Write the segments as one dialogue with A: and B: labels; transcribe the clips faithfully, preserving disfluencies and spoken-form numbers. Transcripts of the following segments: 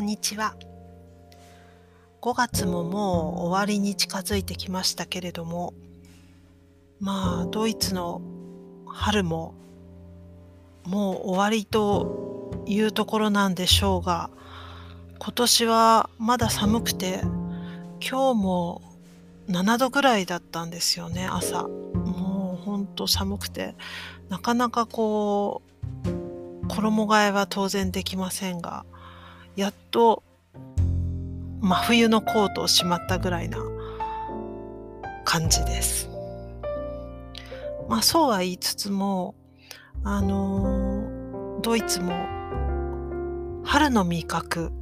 A: んにちは。ごがつももう終わりに近づいてきましたけれども、まあ、ドイツの春ももう終わりというところなんでしょうが、今年はまだ寒くて、今日もななどぐらいだったんですよね、朝。もうほんと寒くて、なかなかこう、衣替えは当然できませんが、やっと真冬のコートをしまったぐらいな感じです。まあ、そうは言いつつも、あの、ドイツも春の味覚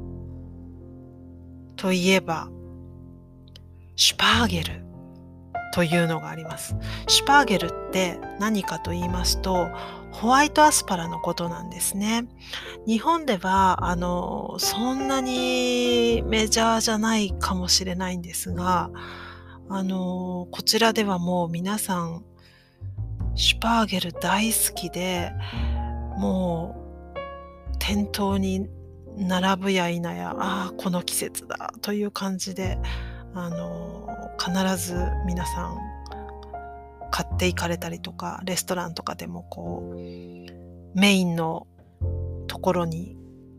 A: といえば、シュパーゲルというのがあります。シュパーゲルって何かと言いますと、ホワイトアスパラのことなんですね。日本では、あの、そんなにメジャーじゃないかもしれないんですが、あの、こちらではもう皆さん、シュパーゲル大好きで、もう店頭に並ぶや否や、ああ、この季節だという感じで、あの、必ず皆さん買って行かれたりとか、レストランとかでもこう、メインのところに、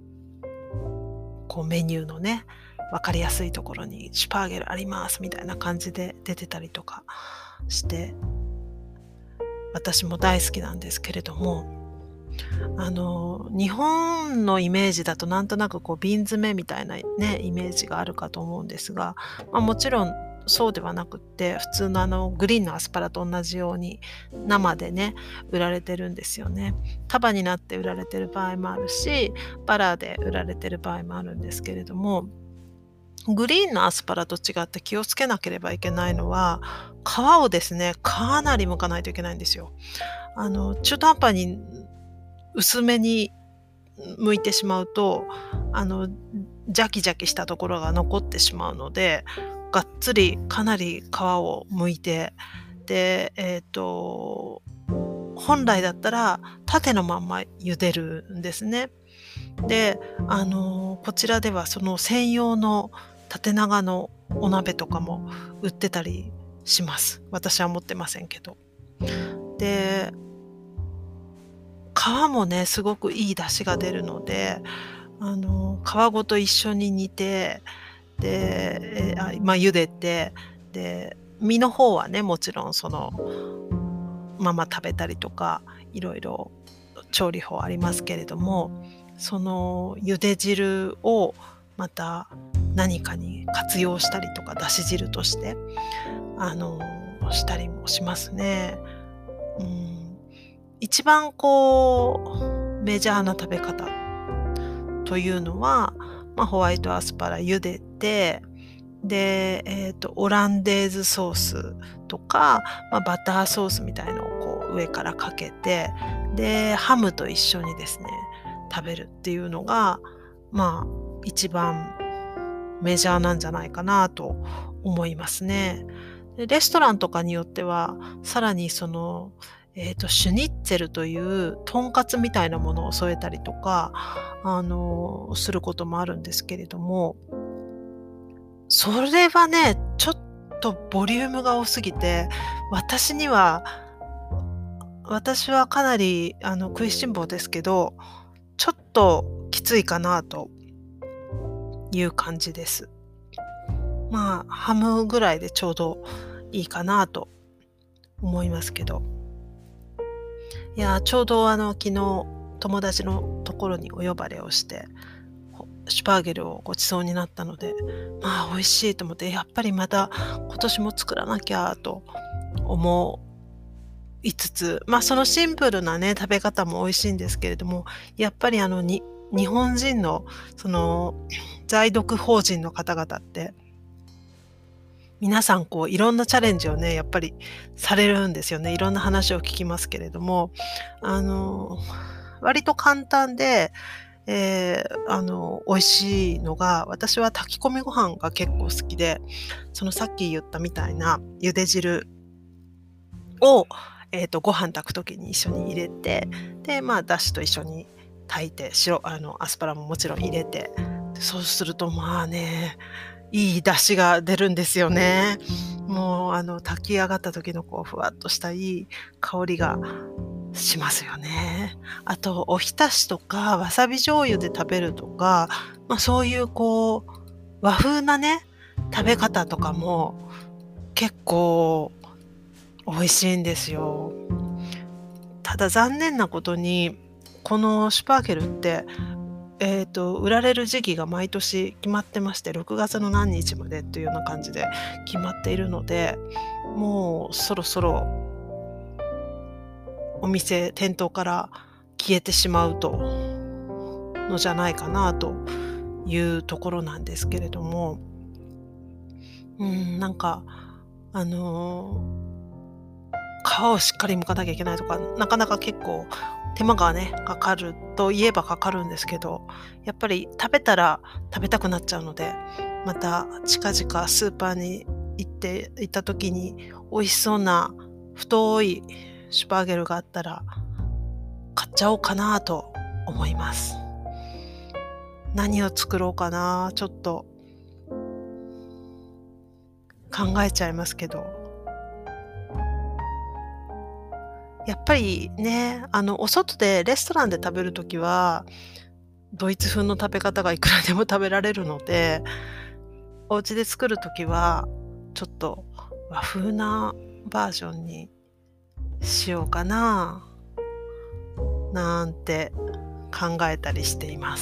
A: こうメニューのね、分かりやすいところにシュパーゲルありますみたいな感じで出てたりとかして、私も大好きなんですけれども、あの、日本のイメージだとなんとなくこう瓶詰めみたいなね、イメージがあるかと思うんですが、まあ、もちろんそうではなくって、普通のあのグリーンのアスパラと同じように生でね、売られてるんですよね。束になって売られてる場合もあるし、バラで売られてる場合もあるんですけれども、グリーンのアスパラと違って気をつけなければいけないのは、皮をですね、かなり剥かないといけないんですよ。あの、中途半端に薄めに剥いてしまうと、あの、ジャキジャキしたところが残ってしまうので、がっつりかなり皮を剥いて、で、えっと、本来だったら縦のまんま茹でるんですね。で、あの、こちらではその専用の縦長のお鍋とかも売ってたりします。私は持ってませんけど。で、皮もね、すごくいい出汁が出るので、あの、皮ごと一緒に煮て、で、え、あ、ま、茹でて、で、身の方はね、もちろんそのまま食べたりとか、いろいろ調理法ありますけれども、その茹で汁をまた何かに活用したりとか、だし汁として、あの、したりもしますね。うん。一番こう、メジャーな食べ方というのは、まあ、ホワイトアスパラ茹でて、で、えっと、オランデーズソースとか、まあ、バターソースみたいのをこう上からかけて、で、ハムと一緒にですね、食べるっていうのが、まあ、一番メジャーなんじゃないかなと思いますね。で、レストランとかによっては、さらにその、えっと、シュニッツェルというとんかつみたいなものを添えたりとか、あの、することもあるんですけれども、それはね、ちょっとボリュームが多すぎて、私には私はかなりあの、食いしん坊ですけど、ちょっときついかなという感じです。まあ、ハムぐらいでちょうどいいかなと思いますけど。いや、ちょうどあの、昨日友達のところにお呼ばれをして、ほシュパーゲルをご馳走になったので、まあ、美味しいと思って、やっぱりまた今年も作らなきゃと思いつつ、ま、そのシンプルなね、食べ方も美味しいんですけれども、やっぱりあの、に日本人のその、在独邦人の方々って皆さんこういろんなチャレンジをね、やっぱりされるんですよね。いろんな話を聞きますけれども、あの、割と簡単で、ええ、あの、美味しいのが、私は炊き込みご飯が結構好きで、そのさっき言ったみたいな茹で汁を、えっと、ご飯炊く時に一緒に入れて、で、まあ、出汁と一緒に炊いて、白あの、アスパラももちろん入れて、 そうすると、まあね、いい出汁が出るんですよね。もう、あの、炊き上がった時のこう、ふわっとしたいい香りがしますよね。あと、お浸しとかわさび醤油で食べるとか、ま、そういうこう、和風なね、食べ方とかも結構美味しいんですよ。ただ残念なことに、このシュパーゲルって、えっと、売られる時期が毎年決まってまして、ろくがつの何日までっていうような感じで決まっているので、もうそろそろお店、店頭から消えてしまうとのじゃないかなというところなんですけれども、うん、なんか、あの、皮をしっかり剥かなきゃいけないとか、なかなか結構手間がね、かかると言えばかかるんですけど、やっぱり食べたら食べたくなっちゃうので、また近々スーパーに行って行った時に美味しそうな太いシュパーゲルがあったら買っちゃおうかなと思います。何を作ろうかな、ちょっと考えちゃいますけど。やっぱりね、あの、お外でレストランで食べる時は、ドイツ風の食べ方がいくらでも食べられるので、お家で作る時は、ちょっと和風なバージョンにしようかな、なんて考えたりしています。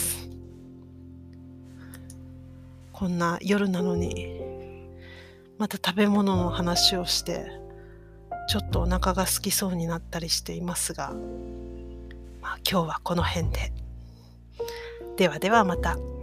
A: こんな夜なのに、また食べ物の話をして、ちょっとお腹が空きそうになったりしていますが、まあ、今日はこの辺で。ではではまた。